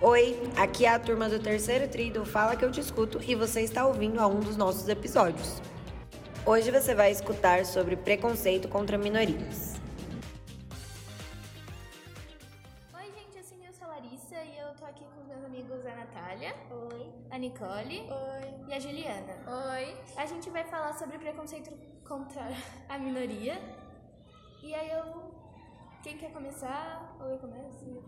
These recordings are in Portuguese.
Oi, aqui é a turma do terceiro tri do Fala Que Eu Te Escuto e você está ouvindo a um dos nossos episódios. Hoje você vai escutar sobre preconceito contra minorias. Oi gente, eu sou a Larissa e eu tô aqui com os meus amigos a Natália. Oi. A Nicole. Oi. E a Juliana. Oi. A gente vai falar sobre preconceito contra a minoria. E aí quem quer começar? Ou eu começo?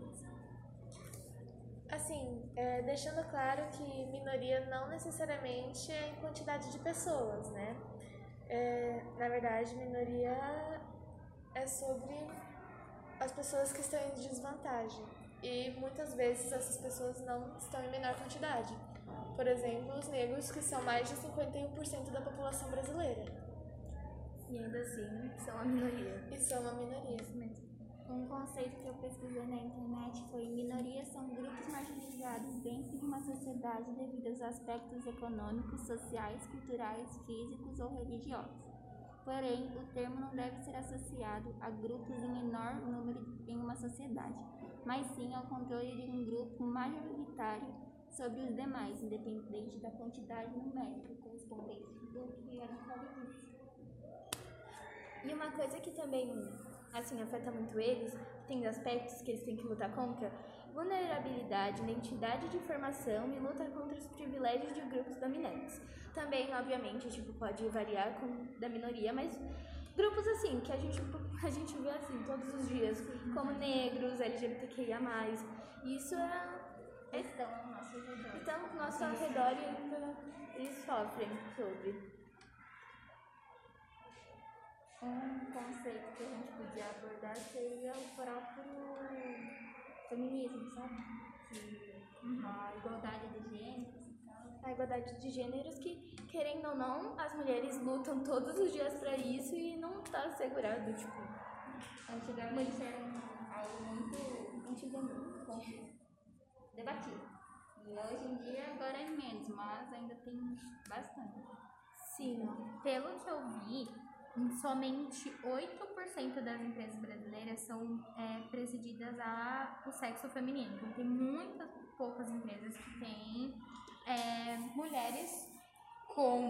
Assim, deixando claro que minoria não necessariamente é em quantidade de pessoas, né? Na verdade, minoria é sobre as pessoas que estão em desvantagem. E muitas vezes essas pessoas não estão em menor quantidade. Por exemplo, os negros, que são mais de 51% da população brasileira. E ainda assim, são a minoria. E são uma minoria. Isso mesmo. Um conceito que eu pesquisei na internet foi: minorias são grupos marginalizados dentro de uma sociedade devido aos aspectos econômicos, sociais, culturais, físicos ou religiosos. Porém, o termo não deve ser associado a grupos em menor número em uma sociedade, mas sim ao controle de um grupo majoritário sobre os demais, independente da quantidade numérica correspondente do que a Nicole disse. E uma coisa que também afeta muito eles, tem aspectos que eles têm que lutar contra: vulnerabilidade, identidade de informação e luta contra os privilégios de grupos dominantes. Também, obviamente, pode variar da minoria, mas grupos que a gente vê todos os dias, como negros, LGBTQIA+, isso Estão ao nosso redor. Então, ao nosso redor e ainda eles sofrem sobre. Um conceito que a gente podia abordar seria o próprio feminismo, sabe? A igualdade de gêneros e tal. A igualdade de gêneros que, querendo ou não, as mulheres lutam todos os dias pra isso e não tá assegurado, Antigamente era algo muito debatido. E hoje em dia agora é menos, mas ainda tem bastante. Sim. Pelo que eu vi, somente 8% das empresas brasileiras são presididas ao sexo feminino. Então, tem muitas poucas empresas que têm mulheres com...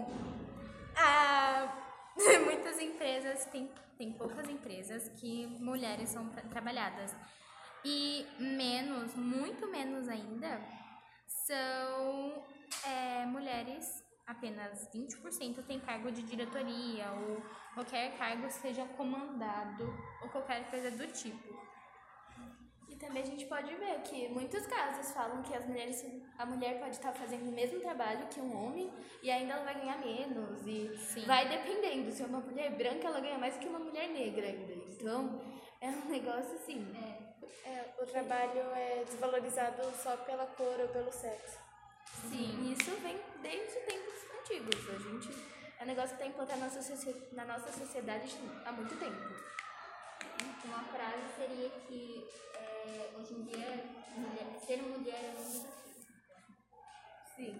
muitas empresas, tem poucas empresas que mulheres são trabalhadas. E muito menos ainda, são mulheres... Apenas 20% tem cargo de diretoria ou qualquer cargo seja comandado ou qualquer coisa do tipo. E também a gente pode ver que muitos casos falam que a mulher pode estar fazendo o mesmo trabalho que um homem e ainda ela vai ganhar menos. E Sim. Vai dependendo. Se é uma mulher branca, ela ganha mais que uma mulher negra ainda. Então, é um negócio assim. O trabalho é desvalorizado só pela cor ou pelo sexo. Sim, isso vem desde tempos antigos. É um negócio que está implantado na nossa sociedade há muito tempo. Uma frase seria que hoje em dia ser mulher é um desafio. Sim,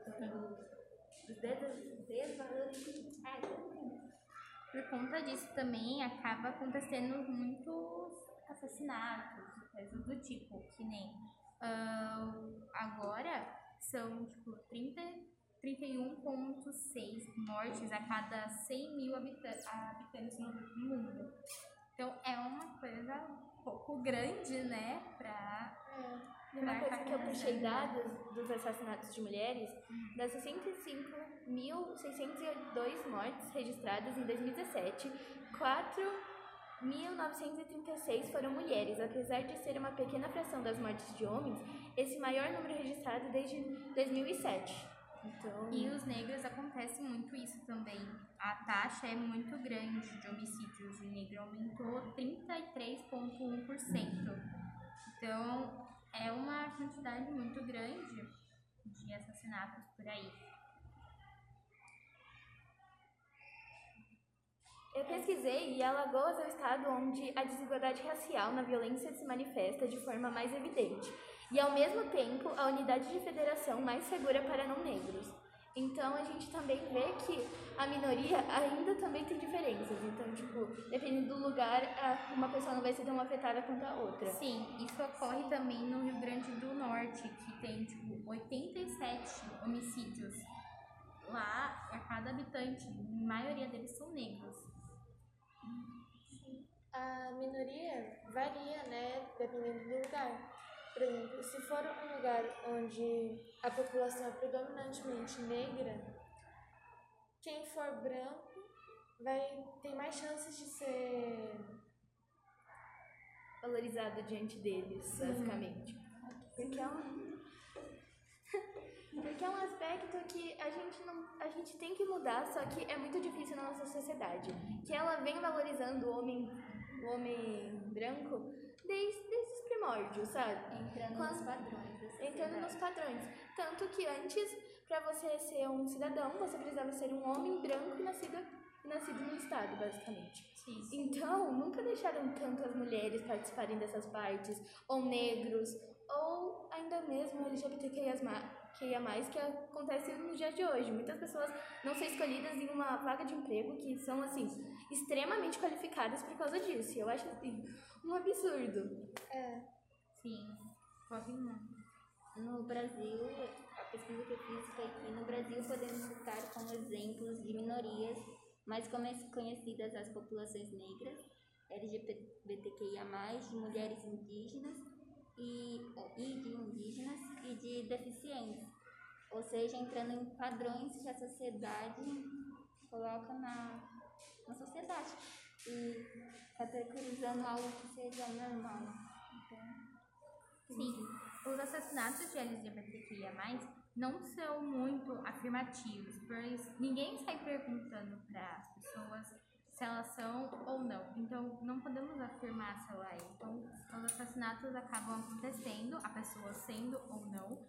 Por conta disso também acaba acontecendo muitos assassinatos, coisas do tipo, que nem agora são 31,6 mortes a cada 100 mil habitantes no mundo. Então é uma coisa um pouco grande, né? Uma coisa que eu puxei dados dos assassinatos de mulheres, das 65.602 mortes registradas em 2017, 4.936 foram mulheres. Apesar de ser uma pequena fração das mortes de homens, esse maior número registrado desde 2007. Então... E os negros acontece muito isso também. A taxa é muito grande de homicídios de negro, aumentou 33,1%. Então, é uma quantidade muito grande de assassinatos por aí. Eu pesquisei e Alagoas é o estado onde a desigualdade racial na violência se manifesta de forma mais evidente e, ao mesmo tempo, a unidade de federação mais segura para não negros. Então a gente também vê que a minoria ainda também tem diferenças. Então, tipo, dependendo do lugar, uma pessoa não vai ser tão afetada quanto a outra. Sim, isso ocorre também no Rio Grande do Norte, que tem, tipo, 87 homicídios. Lá, a cada habitante, a maioria deles são negros. A minoria varia, né, dependendo do lugar. Por exemplo, se for um lugar onde a população é predominantemente negra, quem for branco tem mais chances de ser Valorizado diante deles, basicamente. Porque é um aspecto que a gente tem que mudar, só que é muito difícil na nossa sociedade. Que ela vem valorizando o homem branco desde os primórdios, sabe? Entrando nos padrões. Entrando nos padrões. Tanto que antes, para você ser um cidadão, você precisava ser um homem branco e nascido no estado, basicamente. Sim. Então, nunca deixaram tanto as mulheres participarem dessas partes, ou negros, ou ainda mesmo LGBTQIA+, que acontece no dia de hoje. Muitas pessoas não são escolhidas em uma vaga de emprego que são, assim, extremamente qualificadas por causa disso. Eu acho, assim, um absurdo. Sim, corre muito. No Brasil, a pesquisa que eu fiz foi que no Brasil podemos citar como exemplos de minorias mais conhecidas as populações negras, LGBTQIA+, de mulheres indígenas e de indígenas e de deficientes, ou seja, entrando em padrões que a sociedade coloca na sociedade e categorizando algo que seja normal. Então, Sim, os assassinatos de LGBTQIA+, não são muito afirmativos, pois ninguém sai perguntando para as pessoas se elas são ou não. Então, não podemos afirmar se ela é. Então, os assassinatos acabam acontecendo, a pessoa sendo ou não,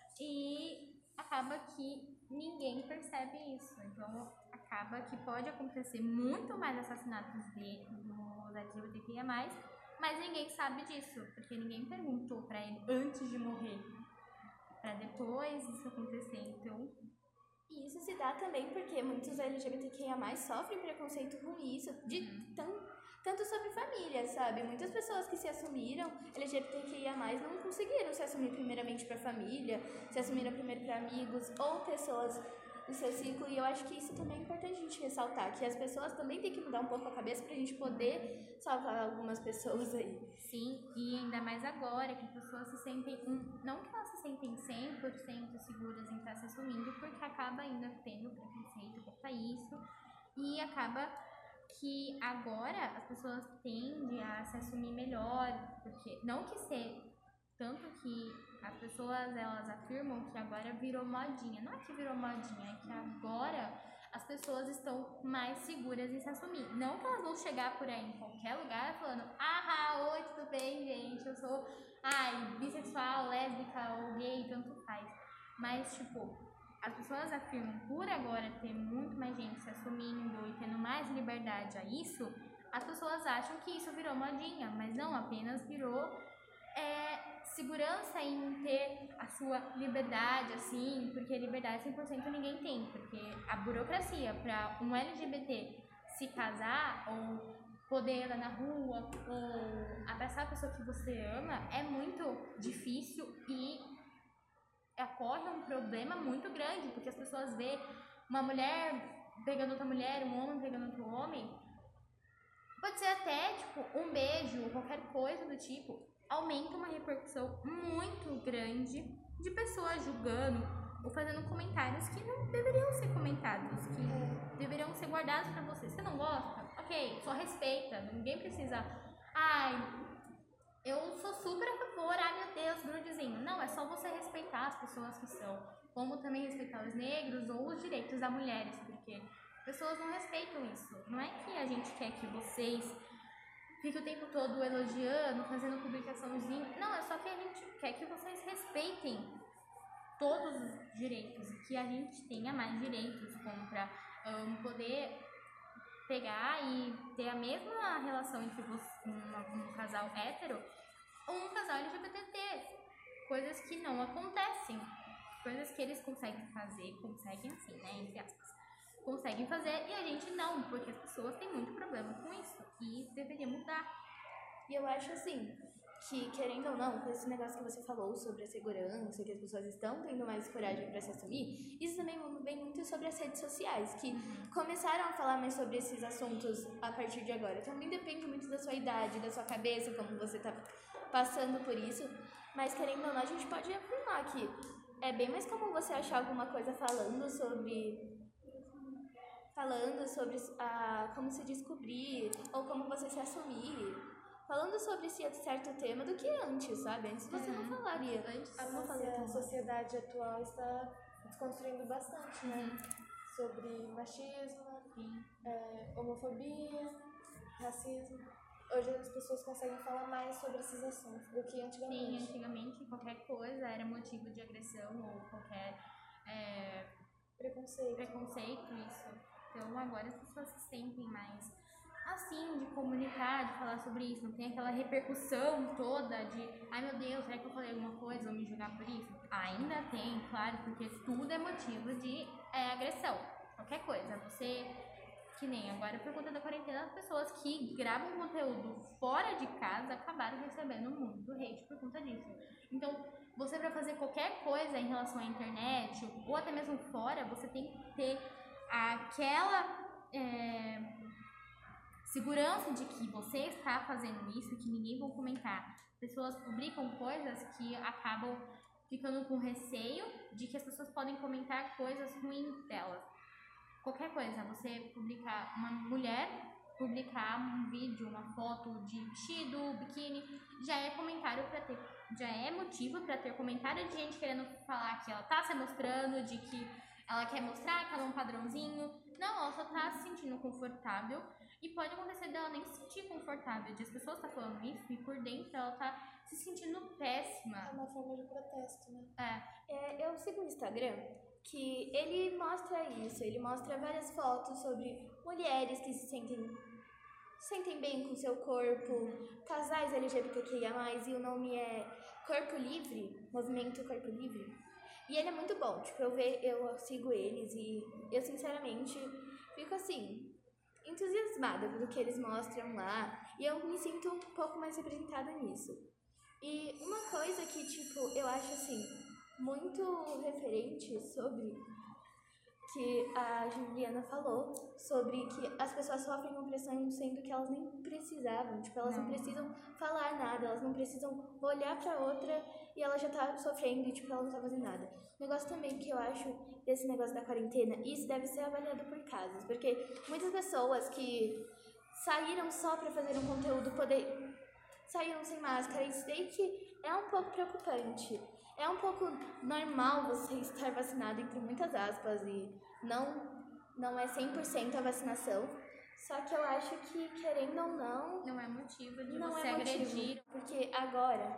e acaba que ninguém percebe isso. Então, acaba que pode acontecer muito mais assassinatos dos LGBTQIA+, mas ninguém sabe disso, porque ninguém perguntou pra ele antes de morrer, pra depois isso acontecer. Então, E isso se dá também porque muitos LGBTQIA+, sofrem preconceito com isso, tanto sobre família, sabe? Muitas pessoas que se assumiram LGBTQIA+, não conseguiram se assumir primeiramente pra família, se assumiram primeiro pra amigos ou pessoas do seu ciclo, e eu acho que isso também é importante a gente ressaltar, que as pessoas também têm que mudar um pouco a cabeça pra gente poder salvar algumas pessoas aí. sim, e ainda mais agora que as pessoas se sentem, não que elas se sentem 100% seguras em estar se assumindo, porque acaba ainda tendo preconceito quanto a isso, e acaba que agora as pessoas tendem a se assumir melhor, porque não que ser tanto que as pessoas elas afirmam que agora virou modinha. Não é que virou modinha, é que agora as pessoas estão mais seguras em se assumir. Não que elas vão chegar por aí em qualquer lugar falando: ah, oi, tudo bem, gente? Eu sou bissexual, lésbica ou gay, tanto faz. Mas, tipo, as pessoas afirmam por agora ter muito mais gente se assumindo e tendo mais liberdade a isso, as pessoas acham que isso virou modinha, mas não, apenas virou segurança em ter a sua liberdade, assim, porque liberdade 100% ninguém tem, porque a burocracia para um LGBT se casar ou poder andar na rua ou abraçar a pessoa que você ama é muito difícil e ocorre um problema muito grande, porque as pessoas veem uma mulher pegando outra mulher, um homem pegando outro homem, pode ser até, tipo, um beijo ou qualquer coisa do tipo, aumenta uma repercussão muito grande de pessoas julgando ou fazendo comentários que não deveriam ser comentados, que deveriam ser guardados pra você. Você não gosta? Ok, só respeita. Ninguém precisa... eu sou super a favor, meu Deus, grudezinho. Não, é só você respeitar as pessoas que são. Como também respeitar os negros ou os direitos das mulheres, porque pessoas não respeitam isso. Não é que a gente quer que vocês... fica o tempo todo elogiando, fazendo publicaçãozinha. Não, é só que a gente quer que vocês respeitem todos os direitos e que a gente tenha mais direitos, como para poder pegar e ter a mesma relação entre um casal hétero ou um casal LGBT. Coisas que não acontecem. coisas que eles conseguem assim, né, entre aspas, conseguem fazer e a gente não, porque as pessoas têm muito problema com isso e deveria mudar. E eu acho assim, que querendo ou não, com esse negócio que você falou sobre a segurança, que as pessoas estão tendo mais coragem para se assumir, isso também vem muito sobre as redes sociais, que começaram a falar mais sobre esses assuntos a partir de agora. Também depende muito da sua idade, da sua cabeça, como você tá passando por isso, mas querendo ou não, a gente pode afirmar que é bem mais comum você achar alguma coisa falando sobre como se descobrir ou como você se assumir, falando sobre esse certo tema do que antes, sabe? Antes você não falaria. A nossa sociedade atual está desconstruindo bastante, né? Sobre machismo, homofobia, racismo. Hoje as pessoas conseguem falar mais sobre esses assuntos do que antigamente. Sim, antigamente qualquer coisa era motivo de agressão ou qualquer preconceito, isso. Então agora as pessoas se sentem mais assim, de comunicar, de falar sobre isso. Não tem aquela repercussão toda de ai meu Deus, será que eu falei alguma coisa, vou me julgar por isso? Ainda tem, claro, porque tudo é motivo de agressão. Qualquer coisa, você... Que nem agora, por conta da quarentena, as pessoas que gravam conteúdo fora de casa acabaram recebendo muito hate por conta disso. Então, você para fazer qualquer coisa em relação à internet, ou até mesmo fora, você tem que ter aquela segurança de que você está fazendo isso, que ninguém vai comentar. Pessoas publicam coisas que acabam ficando com receio de que as pessoas podem comentar coisas ruins delas. Qualquer coisa, você publicar, uma mulher publicar um vídeo, uma foto de vestido, biquíni, já é comentário para ter, já é motivo para ter comentário de gente querendo falar que ela tá se mostrando, de que ela quer mostrar que ela é um padrãozinho. Não, ela só tá se sentindo confortável e pode acontecer dela nem se sentir confortável, de as pessoas tá falando isso e por dentro ela tá se sentindo péssima. É uma forma de protesto, né? Eu sigo o Instagram, que ele mostra isso, ele mostra várias fotos sobre mulheres que se sentem bem com seu corpo, casais LGBTQIA+, e o nome é Corpo Livre, Movimento Corpo Livre. E ele é muito bom, tipo, eu sigo eles e eu sinceramente fico assim, entusiasmada do que eles mostram lá, e eu me sinto um pouco mais representada nisso. E uma coisa que, tipo, eu acho assim, muito referente sobre que a Juliana falou, sobre que as pessoas sofrem opressão sendo que elas nem precisavam, tipo, elas não precisam falar nada, elas não precisam olhar pra outra e ela já tá sofrendo e, tipo, ela não tá fazendo nada. Um negócio também que eu acho desse negócio da quarentena, isso deve ser avaliado por casos, porque muitas pessoas que saíram só pra fazer um conteúdo saíram sem máscara, e isso daí que é um pouco preocupante. É um pouco normal você estar vacinado, entre muitas aspas, e não é 100% a vacinação. Só que eu acho que, querendo ou não é motivo de não você é agredir. motivo, porque agora,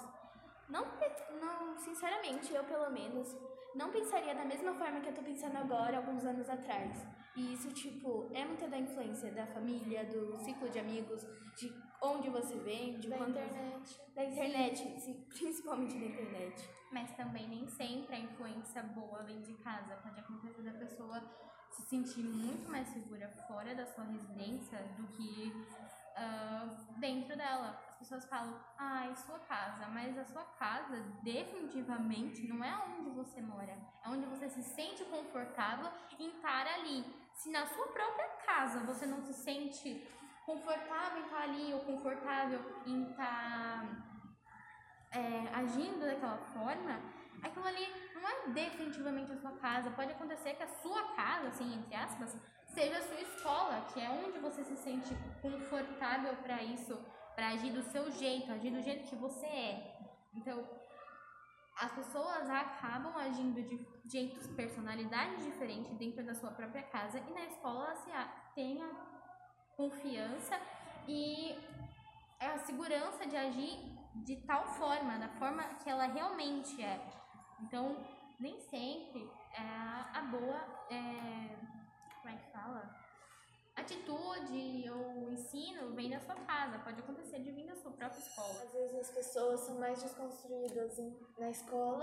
sinceramente, eu pelo menos, não pensaria da mesma forma que eu tô pensando agora, alguns anos atrás. E isso, tipo, é muita da influência da família, do ciclo de amigos, de onde você vem, de quanto da internet, sim, principalmente da internet. Mas também nem sempre a influência boa vem de casa. Pode acontecer da pessoa se sentir muito mais segura fora da sua residência do que dentro dela. As pessoas falam, é sua casa, mas a sua casa definitivamente não é onde você mora, é onde você se sente confortável em estar ali. Se na sua própria casa você não se sente confortável em estar ali ou confortável em estar agindo daquela forma, aquilo ali não é definitivamente a sua casa. Pode acontecer que a sua casa, assim, entre aspas, seja a sua escola, que é onde você se sente confortável para isso, para agir do seu jeito, agir do jeito que você é. Então, as pessoas acabam agindo de jeitos, personalidades diferentes dentro da sua própria casa, e na escola se tenha confiança e a segurança de agir de tal forma, da forma que ela realmente é. Então, nem sempre a boa como é que fala? Atitude ou ensino vem da sua casa, pode acontecer de vir da sua própria escola. Às vezes as pessoas são mais desconstruídas na escola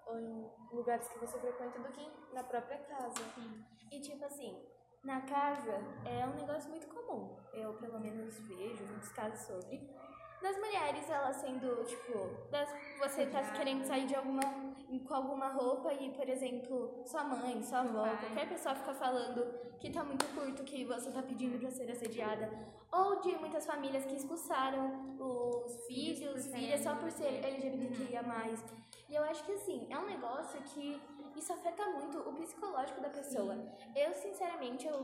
ou em lugares que você frequenta do que na própria casa. Sim. E tipo assim, na casa é um negócio muito comum. Eu pelo menos vejo muitos casos sobre. Das mulheres, elas sendo, tipo, você tá querendo sair com alguma roupa e, por exemplo, sua mãe, sua avó, qualquer pessoa fica falando que tá muito curto, que você tá pedindo pra ser assediada. Ou de muitas famílias que expulsaram os filhos, filhas, só por ser LGBTQIA+. E eu acho que, assim, é um negócio que isso afeta muito o psicológico da pessoa. Eu, sinceramente, eu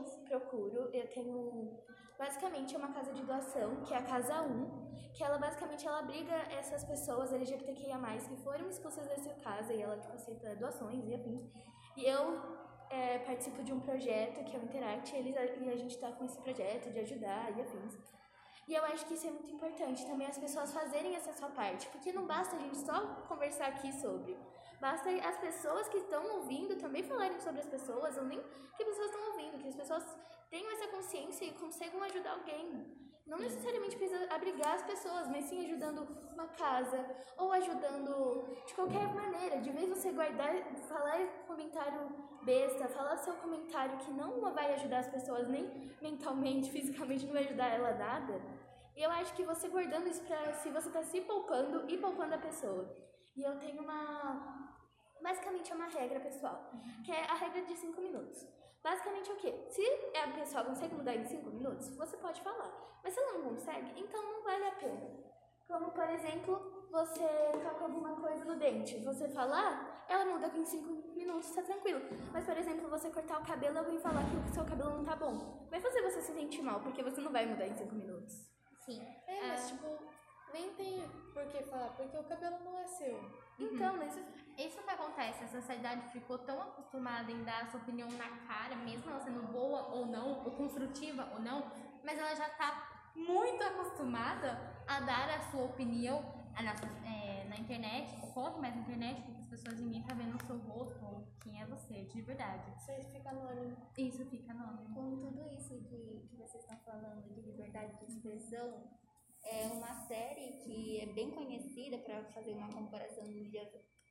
tenho basicamente uma casa de doação, que é a Casa 1, que ela basicamente ela abriga essas pessoas LGBTQIA+, que foram expulsas dessa casa, e ela tipo, aceita doações e afins. E eu participo de um projeto que é o Interact, e a gente tá com esse projeto de ajudar e afins. E eu acho que isso é muito importante também, as pessoas fazerem essa sua parte, porque não basta a gente só conversar aqui sobre. Basta as pessoas que estão ouvindo também falarem sobre as pessoas, ou nem que as pessoas estão ouvindo, que as pessoas tenham essa consciência e consigam ajudar alguém. Não necessariamente precisa abrigar as pessoas, mas sim ajudando uma casa, ou ajudando de qualquer maneira. De vez você guardar, falar comentário besta, falar seu comentário que não vai ajudar as pessoas, nem mentalmente, fisicamente, não vai ajudar ela nada. E eu acho que você guardando isso se você tá se poupando e poupando a pessoa. E eu tenho basicamente é uma regra pessoal, que é a regra de 5 minutos. Basicamente é o quê? Se a pessoa consegue mudar em 5 minutos, você pode falar. Mas se ela não consegue, então não vale a pena. Como, por exemplo, você tá com alguma coisa no dente. Você falar, ela muda em 5 minutos, tá tranquilo. Mas, por exemplo, você cortar o cabelo e alguém falar que o seu cabelo não tá bom. Vai fazer você se sentir mal, porque você não vai mudar em 5 minutos. Sim. Mas, tipo, nem tem por que falar, porque o cabelo não é seu. Então, isso que acontece, a sociedade ficou tão acostumada em dar a sua opinião na cara, mesmo ela sendo boa ou não, ou construtiva ou não, mas ela já tá muito acostumada a dar a sua opinião na internet, ocorre mais na internet, porque as pessoas ninguém tá vendo o seu rosto ou quem é você, de verdade. Você fica anônimo. Isso fica anônimo. Com tudo isso que vocês estão falando de liberdade de expressão, é uma série que é bem conhecida, para fazer uma comparação dos dias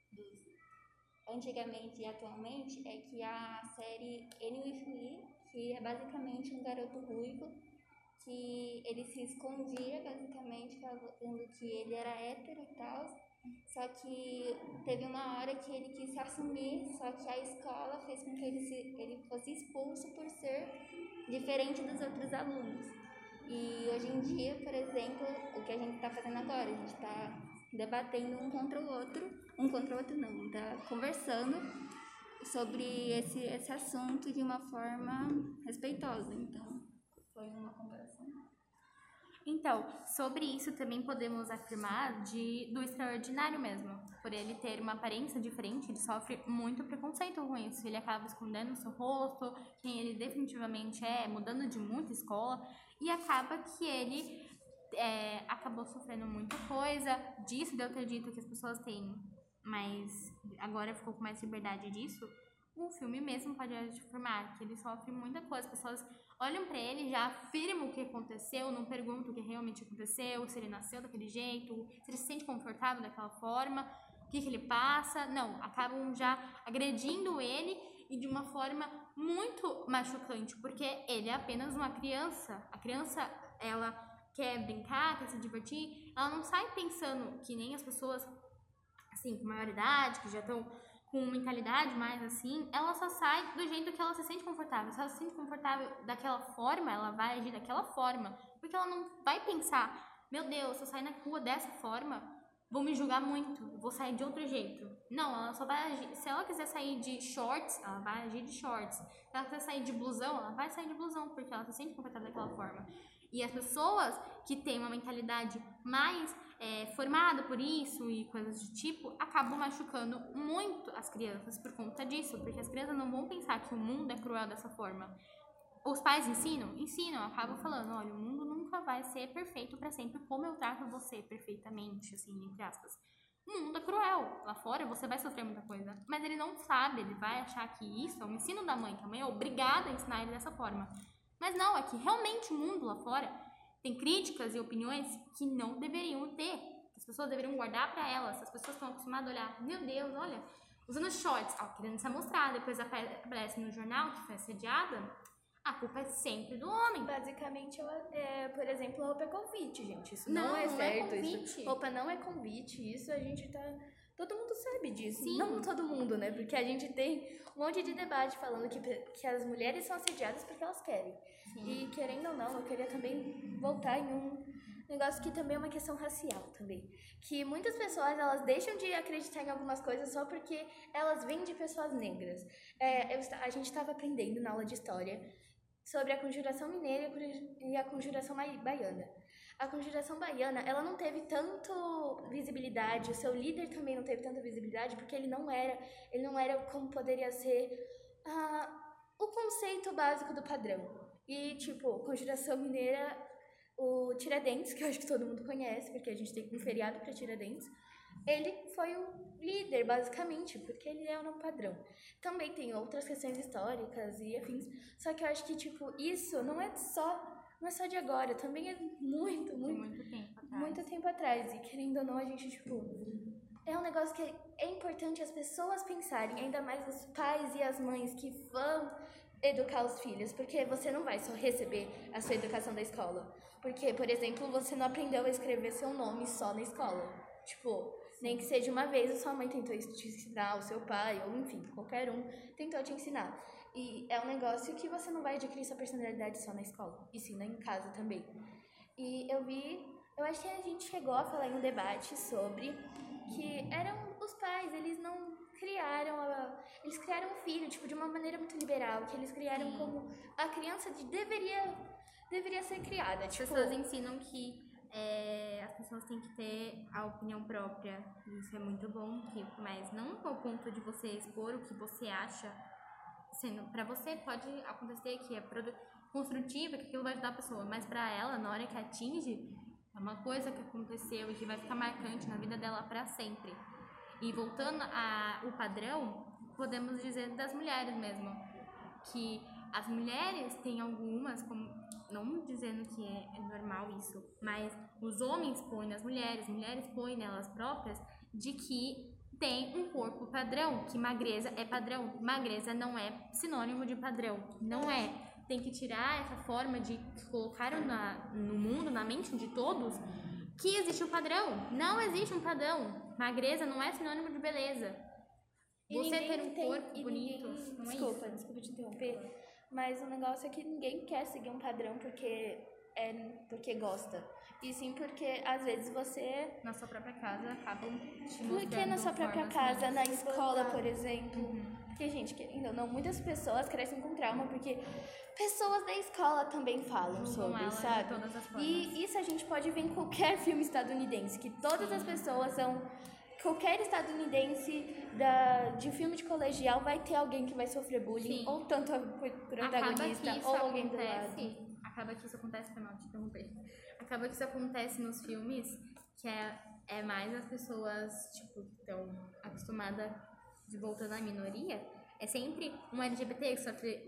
antigamente e atualmente, é que a série Annie with Me, que é basicamente um garoto ruivo, que ele se escondia basicamente falando que ele era hétero e tal, só que teve uma hora que ele quis se assumir, só que a escola fez com que ele fosse expulso por ser diferente dos outros alunos. E hoje em dia, por exemplo, o que a gente está fazendo agora, a gente está debatendo um contra o outro não, está conversando sobre esse assunto de uma forma respeitosa, então foi uma comparação. Então, sobre isso também podemos afirmar do extraordinário mesmo. Por ele ter uma aparência diferente, ele sofre muito preconceito com isso. Ele acaba escondendo o seu rosto, quem ele definitivamente é, mudando de muita escola, e acaba que ele acabou sofrendo muita coisa disso, de eu ter dito que as pessoas têm, mas agora ficou com mais liberdade disso. O filme mesmo pode afirmar que ele sofre muita coisa. As pessoas olham pra ele, já afirmam o que aconteceu, não perguntam o que realmente aconteceu, se ele nasceu daquele jeito, se ele se sente confortável daquela forma, o que ele passa. Não, acabam já agredindo ele e de uma forma muito machucante, porque ele é apenas uma criança. A criança, ela quer brincar, quer se divertir, ela não sai pensando que nem as pessoas, assim, com maior idade, que já estão com mentalidade mais assim, ela só sai do jeito que ela se sente confortável. Se ela se sente confortável daquela forma, ela vai agir daquela forma, porque ela não vai pensar, meu Deus, se eu sair na rua dessa forma, vou me julgar muito, vou sair de outro jeito. Não, ela só vai agir, se ela quiser sair de shorts, ela vai agir de shorts. Se ela quiser sair de blusão, ela vai sair de blusão, porque ela se sente confortável daquela forma. E as pessoas que têm uma mentalidade mais formada por isso e coisas do tipo, acabam machucando muito as crianças por conta disso, porque as crianças não vão pensar que o mundo é cruel dessa forma. Os pais ensinam, acabam falando, olha, o mundo nunca vai ser perfeito para sempre, como eu trato você perfeitamente, assim, entre aspas. O mundo é cruel, lá fora você vai sofrer muita coisa, mas ele não sabe, ele vai achar que isso é um ensino da mãe, que a mãe é obrigada a ensinar ele dessa forma. Mas não, é que realmente o mundo lá fora tem críticas e opiniões que não deveriam ter. As pessoas deveriam guardar para elas. As pessoas estão acostumadas a olhar, meu Deus, olha, usando shorts, querendo se mostrar, depois aparece no jornal que foi assediada, a culpa é sempre do homem. Basicamente, por exemplo, roupa é convite, gente. Isso não é certo. Isso, roupa não é convite. Isso a gente tá... Todo mundo sabe disso. Sim. Não todo mundo, né? Porque a gente tem um monte de debate falando que as mulheres são assediadas porque elas querem. Sim. E querendo ou não, eu queria também voltar em um negócio que também é uma questão racial também. Que muitas pessoas, elas deixam de acreditar em algumas coisas só porque elas vêm de pessoas negras. A gente estava aprendendo na aula de história sobre a conjuração mineira e a conjuração baiana. A conjuração baiana, ela não teve tanto visibilidade, o seu líder também não teve tanta visibilidade, porque ele não era como poderia ser o conceito básico do padrão. E, tipo, conjuração mineira, o Tiradentes, que eu acho que todo mundo conhece, porque a gente tem um feriado para Tiradentes, ele foi o líder, basicamente, porque ele é o novo padrão. Também tem outras questões históricas e afins, só que eu acho que, tipo, isso não é só de agora, também é muito tempo atrás. E querendo ou não, a gente, tipo, é um negócio que é importante as pessoas pensarem, ainda mais os pais e as mães que vão educar os filhos, porque você não vai só receber a sua educação da escola. Porque, por exemplo, você não aprendeu a escrever seu nome só na escola. Tipo, nem que seja uma vez a sua mãe tentou te ensinar, o seu pai, ou enfim, qualquer um tentou te ensinar. E é um negócio que você não vai adquirir sua personalidade só na escola, e sim em casa também. E eu acho que a gente chegou a falar em um debate sobre que eram os pais, eles não criaram, eles criaram um filho, tipo, de uma maneira muito liberal, que eles criaram como a criança deveria ser criada. As pessoas ensinam que as pessoas têm que ter a opinião própria, isso é muito bom, mas não ao ponto de você expor o que você acha, sendo para você pode acontecer que é construtiva, que aquilo vai ajudar a pessoa, mas para ela, na hora que atinge, é uma coisa que aconteceu e que vai ficar marcante na vida dela para sempre. E voltando ao padrão, podemos dizer das mulheres mesmo, que as mulheres têm algumas, não dizendo que é normal isso, mas os homens põem nas mulheres põem nelas próprias, de que tem um corpo padrão, que magreza é padrão. Magreza não é sinônimo de padrão, não é. Tem que tirar essa forma de colocar no mundo, na mente de todos, que existe um padrão. Não existe um padrão. Magreza não é sinônimo de beleza. Você ter um corpo bonito, não é isso. Desculpa te interromper, mas o negócio é que ninguém quer seguir um padrão porque gosta. E sim porque, às vezes, você... Na sua própria casa, acabam te mostrando. Por que na sua própria casa, na escola, por exemplo? Porque, gente, não, muitas pessoas crescem com trauma, porque pessoas da escola também falam sobre, sabe? De todas as formas. E isso a gente pode ver em qualquer filme estadunidense, que todas as pessoas são... Qualquer estadunidense de filme de colegial vai ter alguém que vai sofrer bullying, ou tanto a protagonista, ou alguém do lado. Acaba que isso acontece, pra não te interromper. Acaba que isso acontece nos filmes, que é mais as pessoas, tipo, que estão acostumadas de voltando à minoria, é sempre um LGBT que sofre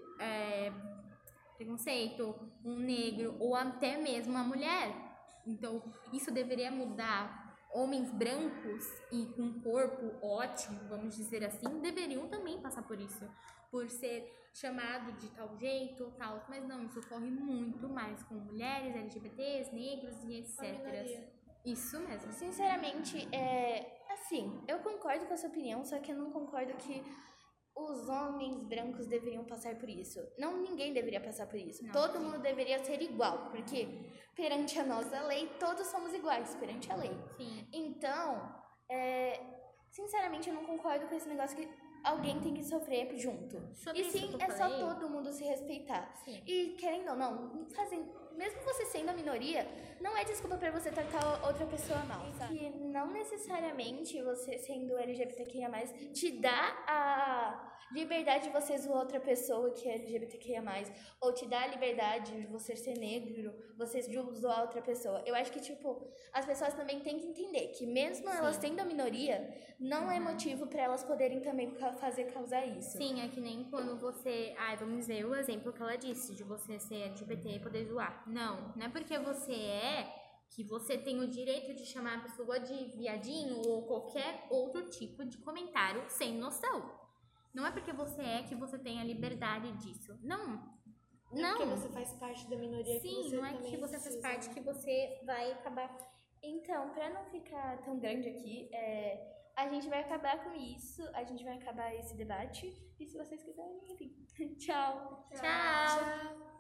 preconceito, um negro, ou até mesmo uma mulher. Então, isso deveria mudar. Homens brancos e com um corpo ótimo, vamos dizer assim, deveriam também passar por isso, por ser chamado de tal jeito ou tal, mas não, isso ocorre muito mais com mulheres, LGBTs, negros e etc. Isso mesmo. Sinceramente, assim, eu concordo com a sua opinião, só que eu não concordo que os homens brancos deveriam passar por isso. Não, ninguém deveria passar por isso. Não, todo mundo deveria ser igual, porque perante a nossa lei, todos somos iguais perante a lei. Sim. Então, sinceramente, eu não concordo com esse negócio que alguém tem que sofrer junto. Sobre e sim, só todo mundo se respeitar. Sim. E querendo ou não, mesmo você sendo a minoria, não é desculpa pra você tratar outra pessoa mal, sabe? E não necessariamente você sendo LGBTQIA+, te dá a liberdade de você zoar outra pessoa que é LGBTQIA+, ou te dá a liberdade de você ser negro, você zoar outra pessoa. Eu acho que, tipo, as pessoas também têm que entender que mesmo elas sendo a minoria, não é motivo pra elas poderem também causar isso. Sim, é que nem quando você... vamos dizer o exemplo que ela disse, de você ser LGBT e poder zoar. Não é porque você que você tem o direito de chamar a pessoa de viadinho ou qualquer outro tipo de comentário sem noção. Não é porque você é que você tem a liberdade disso. Não. Não. Porque você faz parte da minoria. Sim, que você não é também que você precisa, faz parte né? que você vai acabar. Então, pra não ficar tão grande aqui, a gente vai acabar com isso, a gente vai acabar esse debate. E se vocês quiserem, enfim. Tchau. Tchau.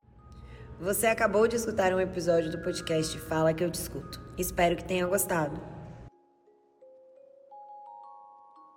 Você acabou de escutar um episódio do podcast Fala Que Eu Discuto. Espero que tenha gostado.